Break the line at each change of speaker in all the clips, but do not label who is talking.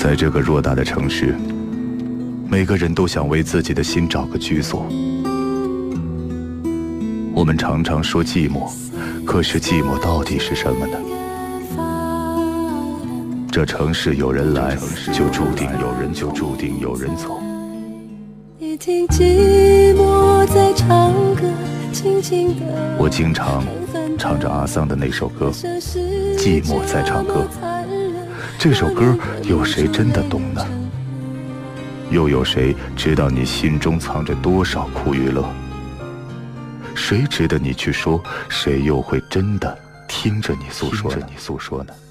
在这个偌大的城市，每个人都想为自己的心找个居所。我们常常说寂寞，可是寂寞到底是什么呢？这城市有人来，就注定有人走。
你听寂寞在唱歌，轻轻地。
我经常唱着阿桑的那首歌《寂寞在唱歌》。这首歌有谁真的懂呢？又有谁知道你心中藏着多少苦与乐？谁值得你去说？谁又会真的听着你诉说呢？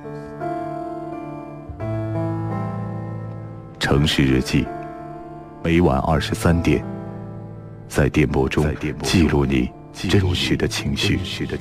城市日记，每晚23点，在电波中记录你真实的情绪。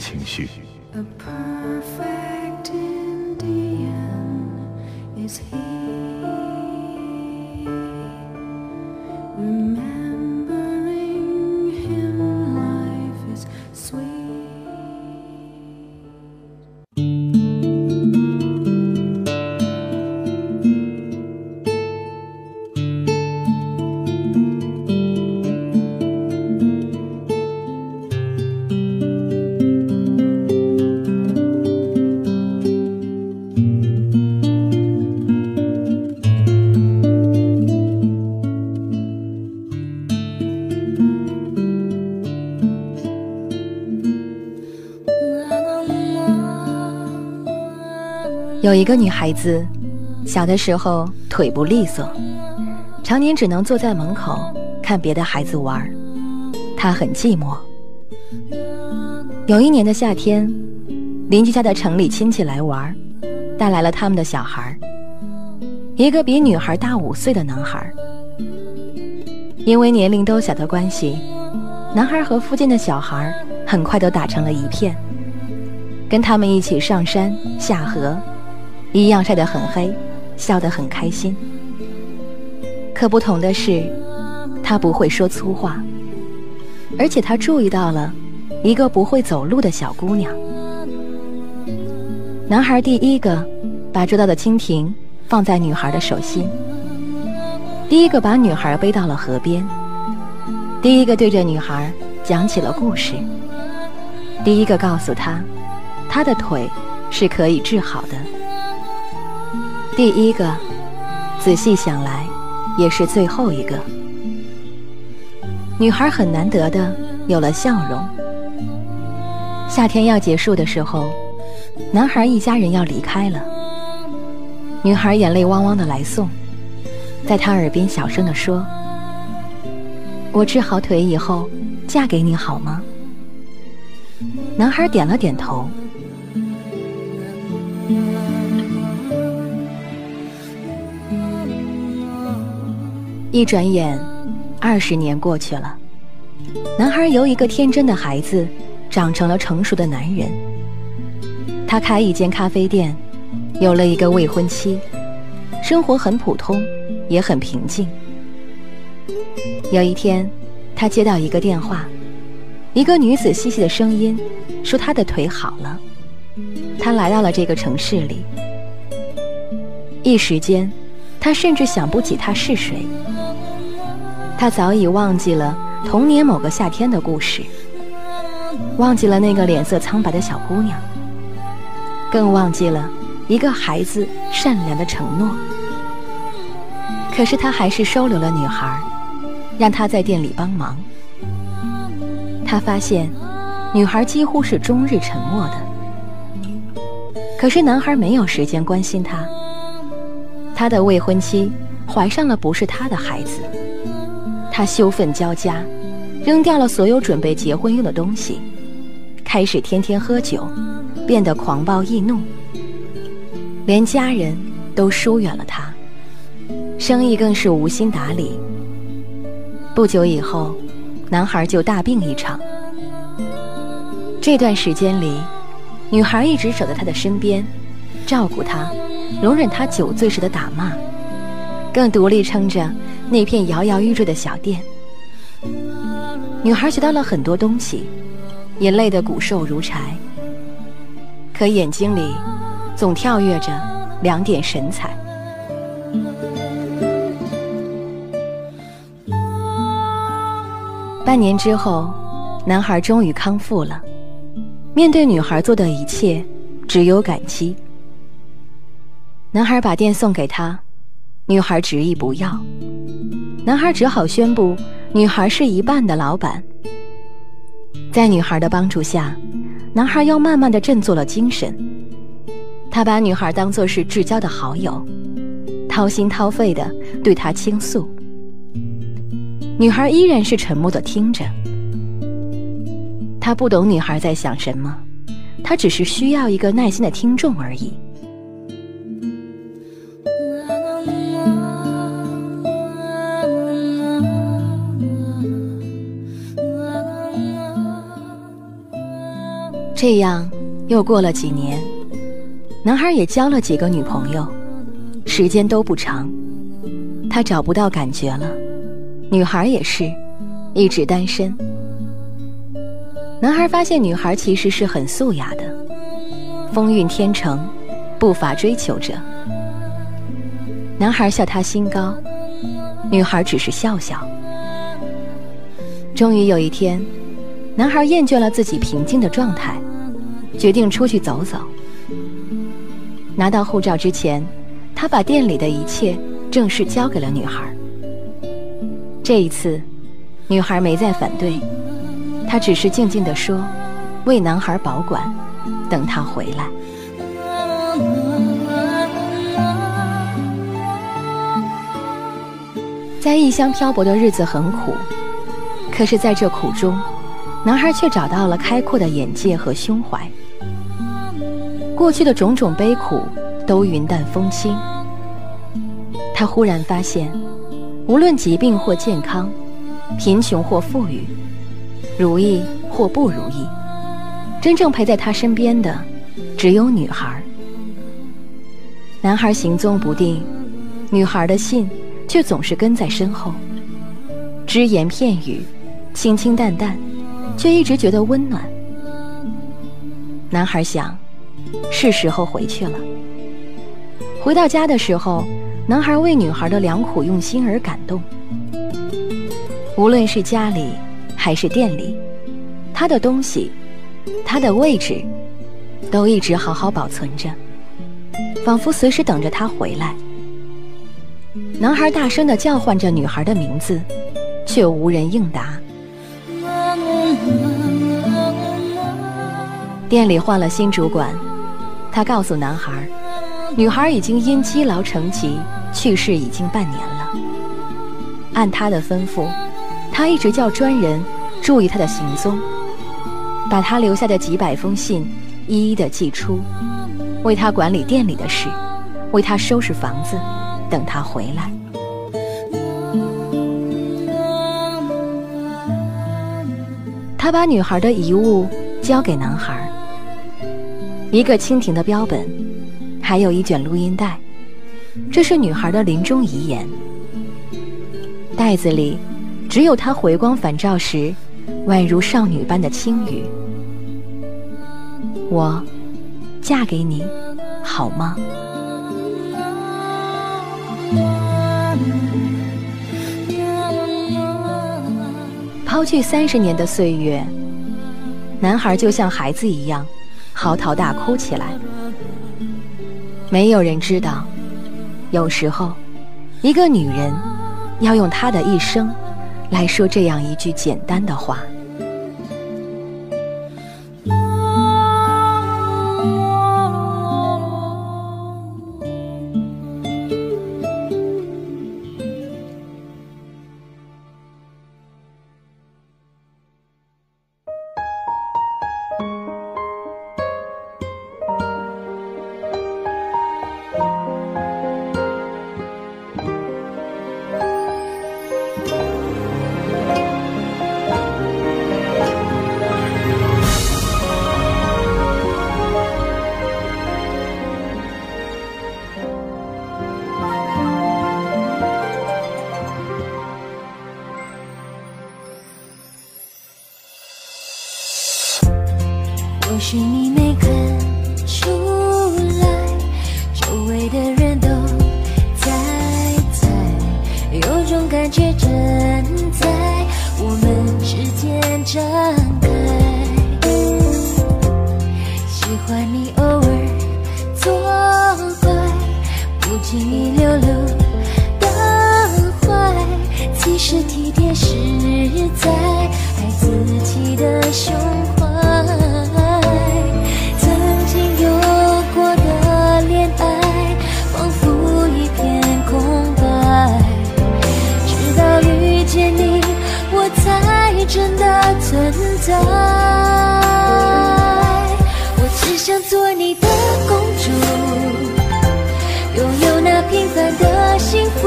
有一个女孩子，小的时候腿不利索，常年只能坐在门口看别的孩子玩，她很寂寞。有一年的夏天，邻居家的城里亲戚来玩，带来了他们的小孩，一个比女孩大5岁的男孩。因为年龄都小的关系，男孩和附近的小孩很快都打成了一片，跟他们一起上山下河，一样晒得很黑，笑得很开心。可不同的是，他不会说粗话，而且他注意到了一个不会走路的小姑娘。男孩第一个把捉到的蜻蜓放在女孩的手心，第一个把女孩背到了河边，第一个对着女孩讲起了故事，第一个告诉她，她的腿是可以治好的。第一个，仔细想来，也是最后一个。女孩很难得的有了笑容。夏天要结束的时候，男孩一家人要离开了，女孩眼泪汪汪的来送，在他耳边小声地说：“我治好腿以后，嫁给你好吗？”男孩点了点头。一转眼，20年过去了，男孩由一个天真的孩子长成了成熟的男人。他开一间咖啡店，有了一个未婚妻，生活很普通，也很平静。有一天，他接到一个电话，一个女子细细的声音说她的腿好了。他来到了这个城市里，一时间，他甚至想不起他是谁。他早已忘记了童年某个夏天的故事，忘记了那个脸色苍白的小姑娘，更忘记了一个孩子善良的承诺。可是他还是收留了女孩，让她在店里帮忙。他发现女孩几乎是终日沉默的，可是男孩没有时间关心她。他的未婚妻怀上了不是他的孩子，他羞愤交加，扔掉了所有准备结婚用的东西，开始天天喝酒，变得狂暴易怒，连家人都疏远了他，生意更是无心打理。不久以后，男孩就大病一场。这段时间里，女孩一直守在他的身边，照顾他，容忍他酒醉时的打骂，更独立撑着那片摇摇欲坠的小店。女孩学到了很多东西，也累得骨瘦如柴，可眼睛里总跳跃着2点神采。 半年之后，男孩终于康复了。面对女孩做的一切，只有感激。男孩把店送给他，女孩执意不要。男孩只好宣布，女孩是一半的老板。在女孩的帮助下，男孩又慢慢地振作了精神。他把女孩当作是至交的好友，掏心掏肺地对她倾诉。女孩依然是沉默地听着。他不懂女孩在想什么，他只是需要一个耐心的听众而已。这样又过了几年，男孩也交了几个女朋友，时间都不长。他找不到感觉了，女孩也是，一直单身。男孩发现女孩其实是很素雅的，风韵天成，不乏追求者。男孩笑她心高，女孩只是笑笑。终于有一天，男孩厌倦了自己平静的状态，决定出去走走。拿到护照之前，他把店里的一切正式交给了女孩。这一次，女孩没再反对，她只是静静地说，为男孩保管，等他回来。在异乡漂泊的日子很苦，可是在这苦中，男孩却找到了开阔的眼界和胸怀。过去的种种悲苦都云淡风轻。他忽然发现，无论疾病或健康，贫穷或富裕，如意或不如意，真正陪在他身边的只有女孩。男孩行踪不定，女孩的信却总是跟在身后，只言片语，清清淡淡，却一直觉得温暖。男孩想，是时候回去了。回到家的时候，男孩为女孩的良苦用心而感动。无论是家里还是店里，他的东西，他的位置，都一直好好保存着，仿佛随时等着他回来。男孩大声地叫唤着女孩的名字，却无人应答。店里换了新主管，他告诉男孩，女孩已经因积劳成疾去世已经半年了。按他的吩咐，他一直叫专人注意他的行踪，把他留下的几百封信一一地寄出，为他管理店里的事，为他收拾房子，等他回来。他把女孩的遗物交给男孩，一个蜻蜓的标本，还有一卷录音带，这是女孩的临终遗言。袋子里只有她回光返照时宛如少女般的轻语，我嫁给你好吗？抛去30年的岁月，男孩就像孩子一样嚎啕大哭起来。没有人知道，有时候一个女人要用她的一生来说这样一句简单的话。
或许你没看出来，周围的人都在经遗留了的怀，其实体贴实在，爱自己的胸怀。曾经有过的恋爱，仿佛一片空白，直到遇见你，我才真的存在。我只想做你的公主，拥有那平凡的幸福，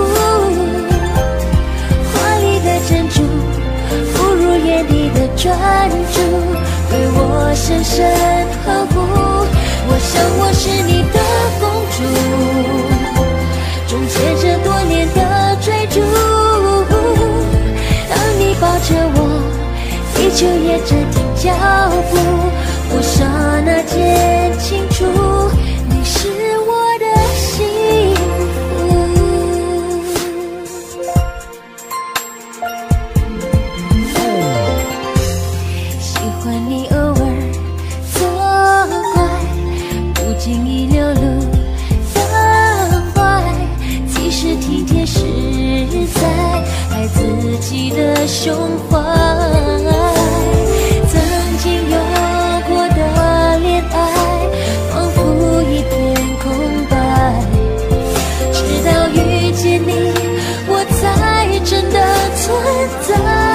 华丽的珍珠，不如眼底的专注，对我深深呵护。我想我是你的公主，终结这多年的追逐。当你抱着我，地球也暂停脚步，我刹那间清楚，你是我的幸福。喜欢你偶尔作怪，不经意流露的怀，其实体贴实在，爱自己的胸怀。曾经有过的恋爱，仿佛一片空白，直到遇见你，我才真的存在。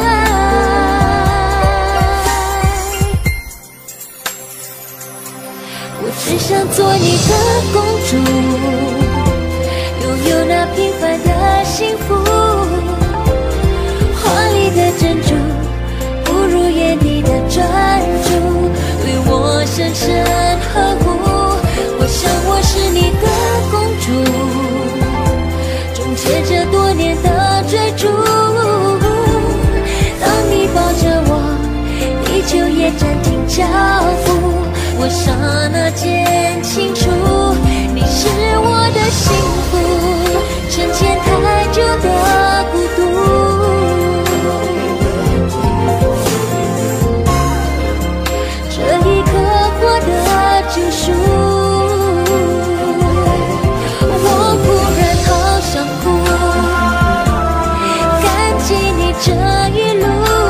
我只想做你的公主，拥有那平凡的幸福，华丽的珍珠，不如眼底的专注，对我深深呵护。我想我是你的公主，终结这多年的追逐。当你抱着我，地球也暂停脚步，我刹那间清楚，你是我的幸福，沉潜太久的孤独。这一刻获得救赎，我忽然好想哭，感激你这一路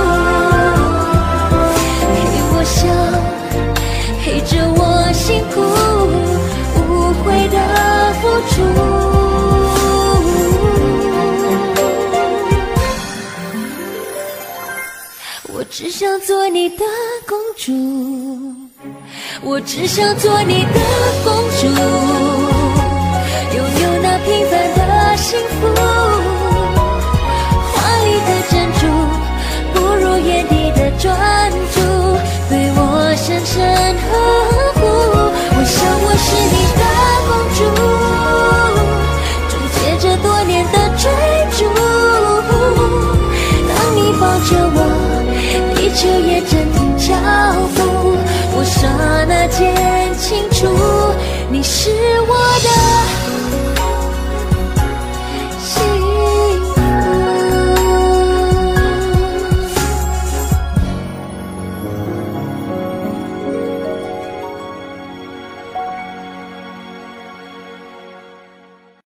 陪我笑，陪着我辛苦，无悔的付出。我只想做你的公主，我只想做你的公主，拥有那平凡的幸福，华丽的珍珠，不如眼底的专注，对我深深呵护。我想我是你的公主，终结这多年的追逐。当你抱着我，地球也暂停脚步，我刹那间清楚，你是我的